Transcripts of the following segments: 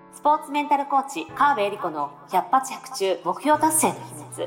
スポーツメンタルコーチ川辺恵理子の百発百中目標達成の秘密。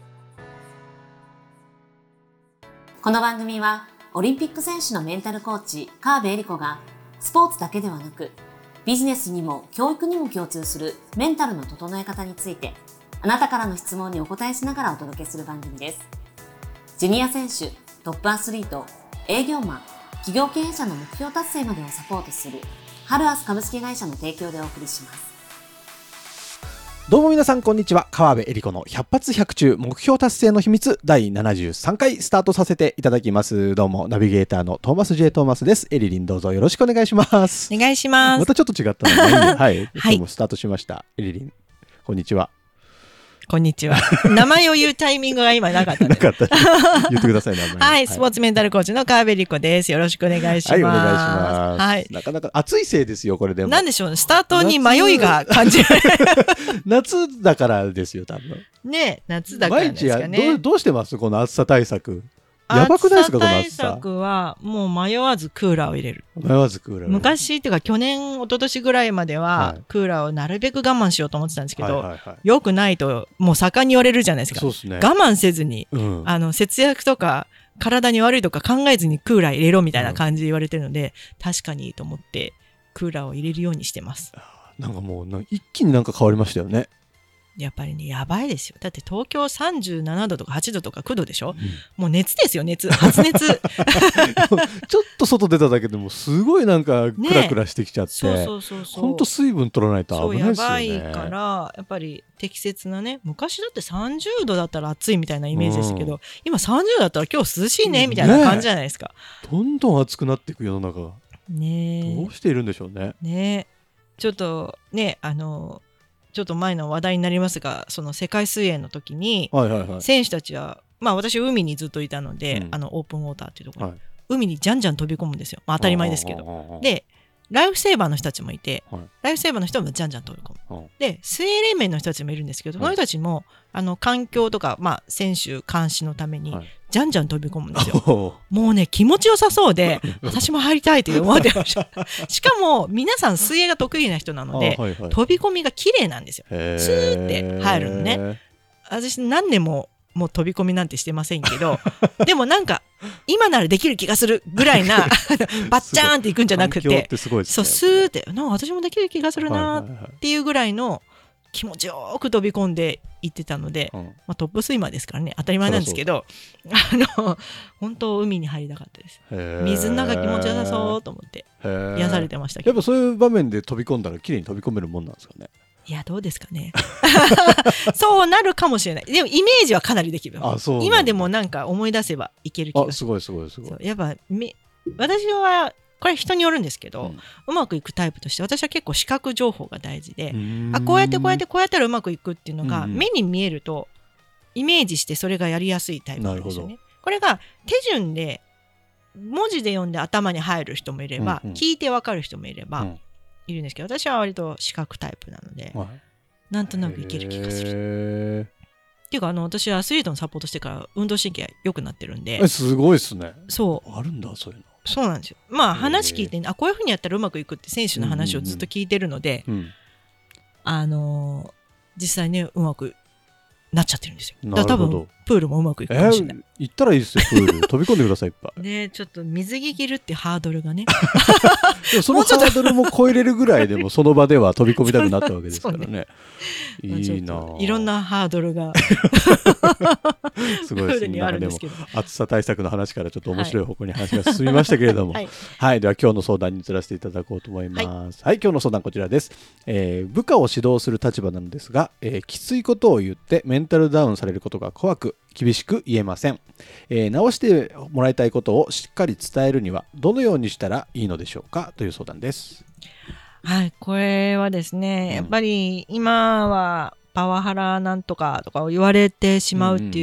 この番組はオリンピック選手のメンタルコーチ川辺恵理子がスポーツだけではなくビジネスにも教育にも共通するメンタルの整え方についてあなたからの質問にお答えしながらお届けする番組です。ジュニア選手、トップアスリート、営業マン、企業経営者の目標達成までをサポートするハルアス株式会社の提供でお送りします。 どうも皆さんこんにちは。川辺恵理子の百発百中目標達成の秘密第73回スタートさせていただきます。どうもナビゲーターのトーマス J トーマスです。エリリンどうぞよろしくお願いします。 お願いします。 またちょっと違ったのがいいね。はい、今日もスタートしました。エリリンこんにちは。 こんにちは。名前を言うタイミングが今なかったなかった。言ってください名前。 はい、スポーツメンタルコーチの川辺恵理子です。よろしくお願いします。 はい、お願いします。 はい、 なかなか暑いせいですよこれでも。 なんでしょうね。スタートに迷いが感じられる。 夏だからですよ多分。 ね、夏だからですかね。 毎日どうしてますこの暑さ対策。やばくないですかこの暑さ。 対策はもう迷わずクーラーを入れる。 迷わずクーラー。 昔っていうか去年一昨年ぐらいまでは、クーラーをなるべく我慢しようと思ってたんですけど、良くないともう盛んに言われるじゃないですか。 そうですね。 我慢せずに、節約とか体に悪いとか考えずにクーラー入れろみたいな感じで言われてるので、確かにいいと思ってクーラーを入れるようにしてます。 なんかもう一気になんか変わりましたよね。 やっぱりね、やばいですよ。だって東京37度とか8度とか9度でしょ、もう熱ですよ、発熱。ちょっと外出ただけでもすごいなんかクラクラしてきちゃって、 そうほんと水分取らないと危ないですよね。 そう、やばいから、やっぱり適切なね、昔だって30度だったら暑いみたいなイメージでしたけど、今30度だったら今日涼しいねみたいな感じじゃないですか。 どんどん暑くなっていく世の中が。 ね、 どうしているんでしょうね。 ね、ちょっとね、ちょっと前の話題になりますが、その世界水泳の時に、選手たちは、まあ私海にずっといたので、オープンウォーターっていうところに、海にじゃんじゃん飛び込むんですよ。まあ当たり前ですけど。で、ライフセーバーの人たちもいて、ライフセーバーの人もじゃんじゃん飛び込む。で、水泳連盟の人たちもいるんですけど、その人たちも、環境とか、まあ選手監視のために、じゃんじゃん飛び込むんですよ。もうね、気持ちよさそうで、私も入りたいって思ってました。しかも、皆さん水泳が得意な人なので、飛び込みが綺麗なんですよ。スーって入るのね。私何年ももう飛び込みなんてしてませんけど、でもなんか、今ならできる気がするぐらいな、バッチャーンっていくんじゃなくて、そう、スーって、なんか私もできる気がするなっていうぐらいの、気持ちよく飛び込んでいってたので、まあ、トップスイマーですからね、当たり前なんですけど、本当海に入りたかったです。水の中気持ちよさそうと思って癒されてましたけど。 やっぱそういう場面で飛び込んだら綺麗に飛び込めるもんなんですかね。 いや、どうですかね。そうなるかもしれない。でもイメージはかなりできる。今でもなんか思い出せばいける気がする。 すごい。 やっぱ私はこれ人によるんですけど、うまくいくタイプとして私は結構視覚情報が大事で、こうやったらうまくいくっていうのが目に見えるとイメージしてそれがやりやすいタイプなんですよね。これが手順で文字で読んで頭に入る人もいれば、聞いてわかる人もいればいるんですけど、私は割と視覚タイプなので、なんとなくいける気がする。っていうか私はアスリートのサポートしてから運動神経良くなってるんで。 すごいですね。 そうあるんだそういうの。 そうなんですよ。まあ話聞いて、こういうふうにやったらうまくいくって選手の話をずっと聞いてるので、実際ねうまくなっちゃってるんですよ。だから多分プールもうまくいくかもしれない。 行ったらいいですよプール。飛び込んでくださいいっぱい。 ね、ちょっと水着着るってハードルがね。 でもそのハードルも超えれるぐらいでもその場では飛び込みたくなったわけですからね。いいな。 いろんなハードルがすごいですね。でも暑さ対策の話からちょっと面白い方向に話が進みましたけれども、はい、では今日の相談に移らせていただこうと思います。はい、今日の相談こちらです。部下を指導する立場なのですが、きついことを言ってメンタルダウンされることが怖く厳しく言えません。直してもらいたいことをしっかり伝えるにはどのようにしたらいいのでしょうかという相談です。 はい、これはですね、やっぱり今はパワハラなんとかとか言われてしまうっていう、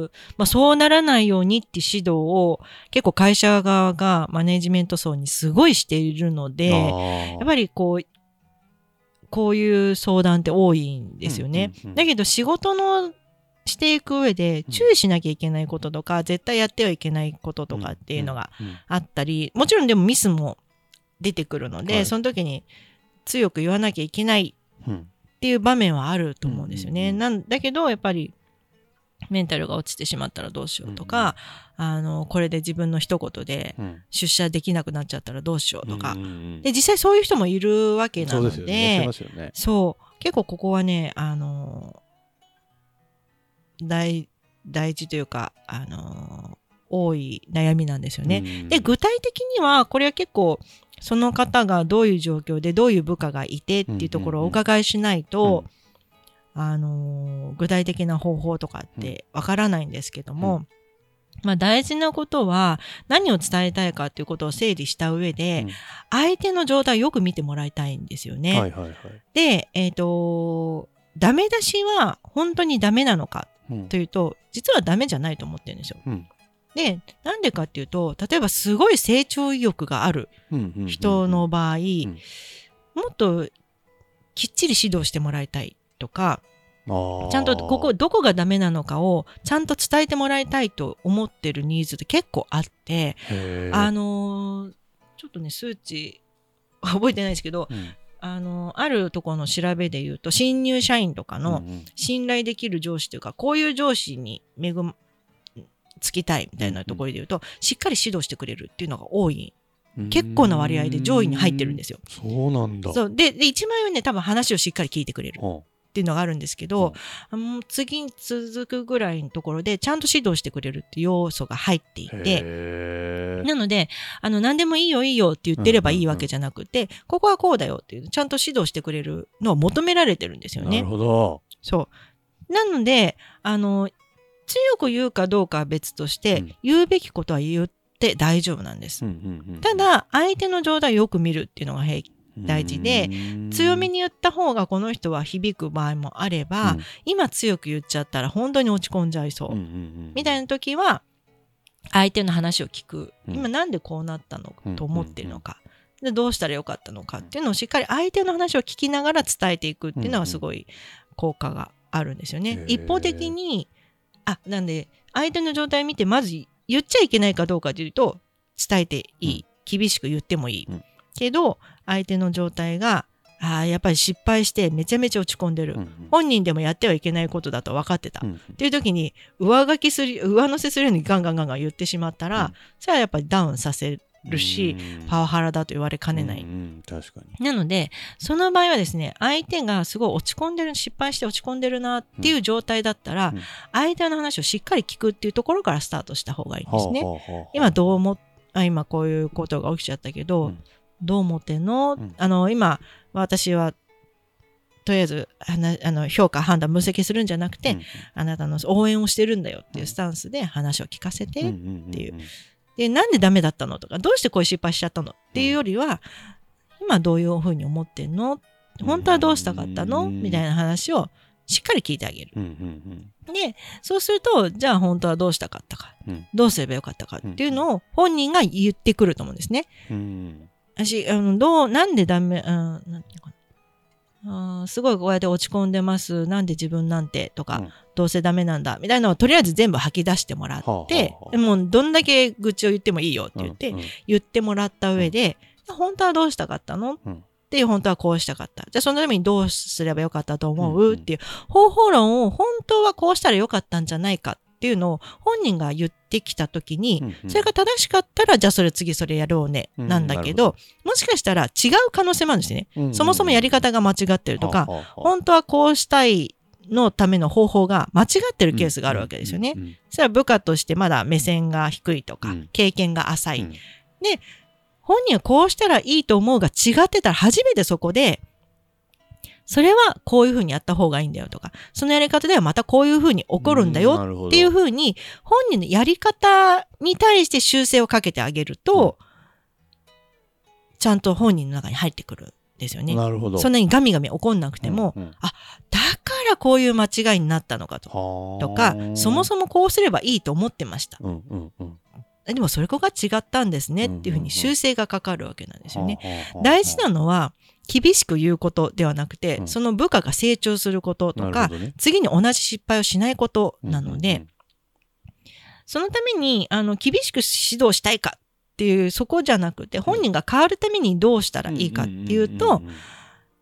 そうならないようにっていう指導を結構会社側がマネジメント層にすごいしているので、やっぱりこういう相談って多いんですよね。だけど仕事のしていく上で注意しなきゃいけないこととか、絶対やってはいけないこととかっていうのがあったり、もちろんでもミスも出てくるので、その時に強く言わなきゃいけないっていう場面はあると思うんですよね。なんだけどやっぱりメンタルが落ちてしまったらどうしようとか、これで自分の一言で出社できなくなっちゃったらどうしようとか、で実際そういう人もいるわけなの で、そう結構ここはね大事というか多い悩みなんですよね。で具体的にはこれは結構その方がどういう状況でどういう部下がいてっていうところをお伺いしないと、具体的な方法とかってわからないんですけども、まあ大事なことは何を伝えたいかっていうことを整理した上で、相手の状態をよく見てもらいたいんですよね。で、ダメ出しは本当にダメなのかというと、実はダメじゃないと思ってるんですよ。で、なんでかっていうと、例えばすごい成長意欲がある人の場合、もっときっちり指導してもらいたいとか、ちゃんとどこがダメなのかをちゃんと伝えてもらいたいと思ってるニーズって結構あって、ちょっとね数値覚えてないですけど、あるところの調べで言うと、新入社員とかの信頼できる上司というか、こういう上司につきたいみたいなところで言うと、しっかり指導してくれるっていうのが多い。結構な割合で上位に入ってるんですよ。 そうなんだ。 そうで一番上ね、多分話をしっかり聞いてくれるっていうのがあるんですけど、次に続くぐらいのところでちゃんと指導してくれるっていう要素が入っていて、なので何でもいいよいいよって言ってればいいわけじゃなくて、ここはこうだよっていうちゃんと指導してくれるのを求められてるんですよね。 なるほど。 そうなので強く言うかどうかは別として、言うべきことは言って大丈夫なんです。ただ相手の状態をよく見るっていうのが大事で、強めに言った方がこの人は響く場合もあれば、今強く言っちゃったら本当に落ち込んじゃいそう、みたいな時は相手の話を聞く、今なんでこうなったのと思ってるのか、でどうしたらよかったのかっていうのをしっかり相手の話を聞きながら伝えていくっていうのはすごい効果があるんですよね。一方的になんで相手の状態を見てまず言っちゃいけないかどうかというと、伝えていい、厳しく言ってもいい、けど相手の状態がやっぱり失敗してめちゃめちゃ落ち込んでる、本人でもやってはいけないことだと分かってた、っていう時に上乗せするようにガンガン言ってしまったら、それはやっぱりダウンさせるし、パワハラだと言われかねない、 確かに。 なのでその場合はですね、相手がすごい落ち込んでる、失敗して落ち込んでるなっていう状態だったら、相手の話をしっかり聞くっていうところからスタートした方がいいんですね。今こういうことが起きちゃったけど、どう思ってんの、今私はとりあえず評価判断分析するんじゃなくて、あなたの応援をしてるんだよっていうスタンスで話を聞かせてっていう、でなんでダメだったのとか、どうしてこういう失敗しちゃったのっていうよりは、今どういうふうに思ってんの、本当はどうしたかったのみたいな話をしっかり聞いてあげる。でそうすると、じゃあ本当はどうしたかったか、どうすればよかったかっていうのを本人が言ってくると思うんですね。なんでダメ、なんていうかな、すごいこうやって落ち込んでます、なんで自分なんてとか、どうせダメなんだみたいなのをとりあえず全部吐き出してもらって、もうどんだけ愚痴を言ってもいいよって言って、言ってもらった上で、本当はどうしたかったの、っていう、本当はこうしたかった、じゃあそのためにどうすればよかったと思う、っていう方法論を、本当はこうしたらよかったんじゃないかっていうのを本人が言ってきたときに、それが正しかったら、じゃあ次それやろうね、なんだけど、もしかしたら違う可能性もあるんですね。そもそもやり方が間違ってるとか、本当はこうしたいのための方法が間違ってるケースがあるわけですよね。それは部下としてまだ目線が低いとか、経験が浅い。で、本人はこうしたらいいと思うが違ってたら、初めてそこで、それはこういうふうにやった方がいいんだよとか、そのやり方ではまたこういうふうに起こるんだよっていうふうに、本人のやり方に対して修正をかけてあげると、ちゃんと本人の中に入ってくるんですよね。 なるほど。 そんなにガミガミ起こんなくても、だからこういう間違いになったのかとか、そもそもこうすればいいと思ってました。でもそれが違ったんですねっていうふうに修正がかかるわけなんですよね。大事なのは厳しく言うことではなくて、その部下が成長することとか、次に同じ失敗をしないことなので、そのために厳しく指導したいかっていう、そこじゃなくて、本人が変わるためにどうしたらいいかっていうと、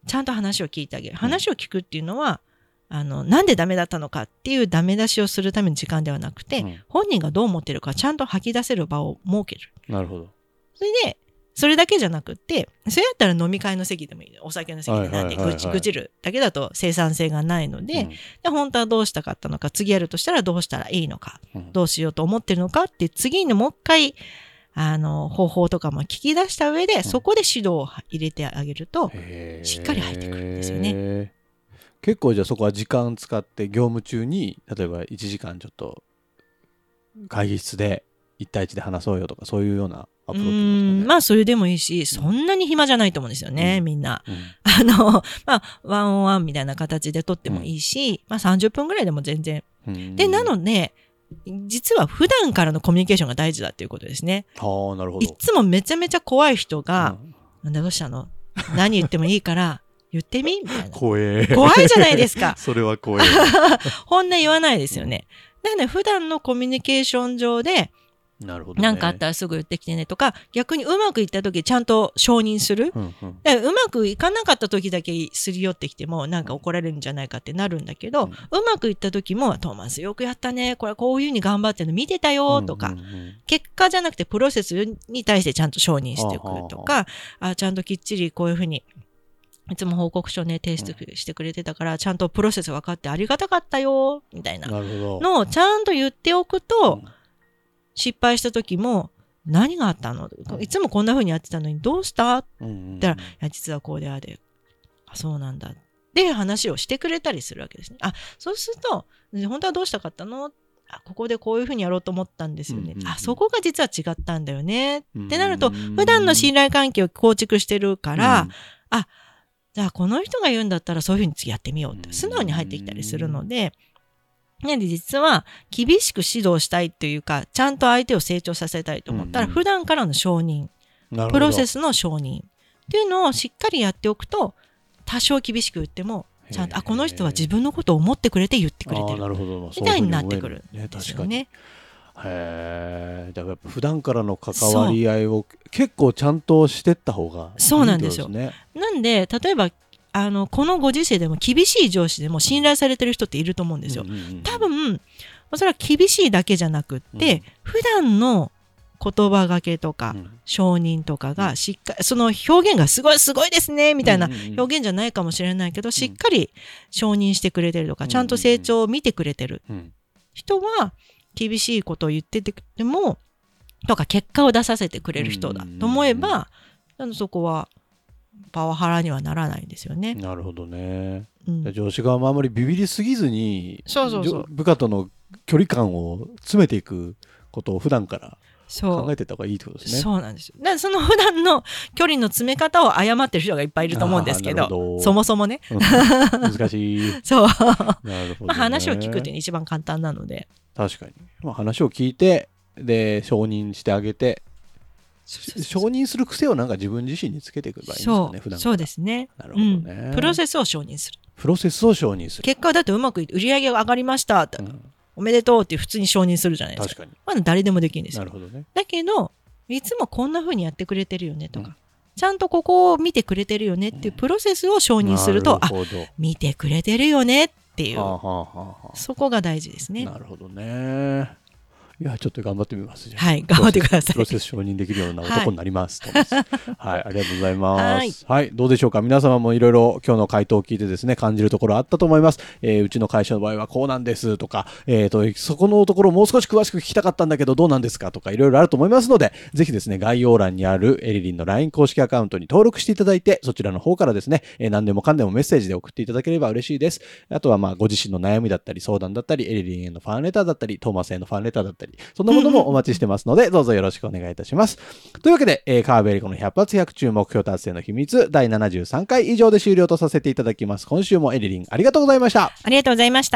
ちゃんと話を聞いてあげる。話を聞くっていうのは、なんでダメだったのかっていうダメ出しをするための時間ではなくて、本人がどう思ってるかちゃんと吐き出せる場を設ける。 なるほど。 それで、それだけじゃなくって、それだったら飲み会の席でもいい。お酒の席でなんて愚痴るだけだと生産性がないので、で本当はどうしたかったのか、次やるとしたらどうしたらいいのか、どうしようと思ってるのかって次にもう一回、方法とかも聞き出した上で、そこで指導を入れてあげると、しっかり入ってくるんですよね。 結構じゃあそこは時間使って業務中に、例えば1時間ちょっと会議室で1対1で話そうよとか、そういうようなアプローチですかね。 まあそれでもいいし、そんなに暇じゃないと思うんですよね、みんな。まあワンオンワンみたいな形で撮ってもいいし、まあ30分ぐらいでも全然。で、なので、実は普段からのコミュニケーションが大事だっていうことですね。 なるほど。 いつもめちゃめちゃ怖い人が、なんだどうしたの？何言ってもいいから言ってみみたいな。怖いじゃないですか。 それは怖い。 本音言わないですよね。なので普段のコミュニケーション上で、 なるほどね、 なんかあったらすぐ言ってきてねとか、逆にうまくいった時ちゃんと承認する。うまくいかなかった時だけすり寄ってきてもなんか怒られるんじゃないかってなるんだけど、うまくいった時もトーマスよくやったね、これこういう風に頑張ってるの見てたよとか、結果じゃなくてプロセスに対してちゃんと承認しておくとか、ちゃんときっちりこういう風にいつも報告書ね提出してくれてたから、ちゃんとプロセス分かってありがたかったよみたいなのをちゃんと言っておくと、失敗した時も何があったの、いつもこんな風にやってたのにどうしたって言ったら、いや実はこうであで、そうなんだって話をしてくれたりするわけですね。そうすると本当はどうしたかったの、ここでこういう風にやろうと思ったんですよね、そこが実は違ったんだよねってなると、普段の信頼関係を構築してるから、じゃあこの人が言うんだったらそういう風に次やってみようって素直に入ってきたりするので、なんで実は厳しく指導したいっていうか、ちゃんと相手を成長させたいと思ったら、普段からの承認、プロセスの承認っていうのをしっかりやっておくと、多少厳しく言ってもちゃんとこの人は自分のことを思ってくれて言ってくれてるみたいになってくるんですよね。 だからやっぱ普段からの関わり合いを結構ちゃんとしてった方がいいですね。 そうなんですよ。なんで例えばこのご時世でも厳しい上司でも信頼されてる人っていると思うんですよ。多分それは厳しいだけじゃなくって、普段の言葉がけとか、承認とかがしっかり、その表現がすごいですねみたいな表現じゃないかもしれないけど、しっかり承認してくれてるとか、ちゃんと成長を見てくれてる人は、厳しいことを言っててもとか結果を出させてくれる人だと思えば、そこはパワハラにはならないんですよね。 なるほどね、上司側もあまりビビりすぎずに、部下との距離感を詰めていくことを普段から考えてた方がいいってことですね。 そうなんですよ。だからその普段の距離の詰め方を誤ってる人がいっぱいいると思うんですけど、そもそもね、 難しい。 そう。 なるほどね。 話を聞くっていうのが一番簡単なので。 確かに。話を聞いて、で承認してあげて、承認する癖をなんか自分自身につけていけばいいんですかね、普段から。そうですね。なるほどね。 プロセスを承認する。 プロセスを承認する。 結果はだってうまく売り上げが上がりましたって。おめでとうって普通に承認するじゃないですか。確かに。まだ誰でもできるんですよ。 なるほどね。 だけど、いつもこんな風にやってくれてるよねとか、ちゃんとここを見てくれてるよねっていうプロセスを承認すると、見てくれてるよねっていう、そこが大事ですね。 なるほどね。いやちょっと頑張ってみます。 はい、頑張ってください。 プロセス承認できるような男になります。はい、ありがとうございます。はい、どうでしょうか。皆様もいろいろ今日の回答を聞いてですね、感じるところあったと思います。うちの会社の場合はこうなんですとか、そこのところもう少し詳しく聞きたかったんだけどどうなんですかとかいろいろあると思いますので、ぜひですね、概要欄にあるエリリンの LINE 公式アカウントに登録していただいて、そちらの方からですね、何でもかんでもメッセージで送っていただければ嬉しいです。あとはご自身の悩みだったり相談だったり、エリリンへのファンレターだったり、トーマスへのファンレターだったり、そんなものもお待ちしてますので、どうぞよろしくお願いいたします。というわけで、川辺理子の100発100中目標達成の秘密第73回以上で終了とさせていただきます。今週もエリリンありがとうございました。 ありがとうございました。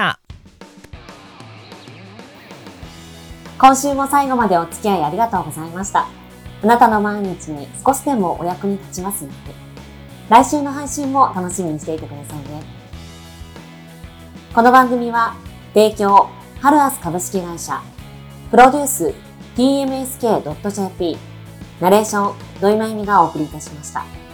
今週も最後までお付き合いありがとうございました。あなたの毎日に少しでもお役に立ちますように。来週の配信も楽しみにしていてくださいね。この番組は提供ハルアス株式会社、プロデュース tmsk.jp、 ナレーション土井真由美がお送りいたしました。